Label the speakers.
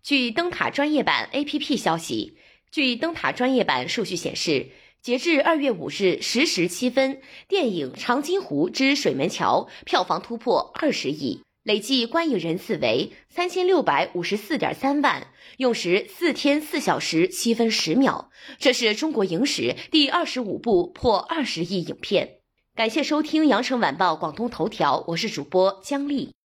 Speaker 1: 据灯塔专业版 APP 消息，据灯塔专业版数据显示，截至2月5日10时7分，电影《长津湖之水门桥》票房突破20亿，累计观影人次为3654.3万，用时4天4小时7分10秒，这是中国影史第25部破20亿影片。感谢收听羊城晚报广东头条，我是主播姜丽。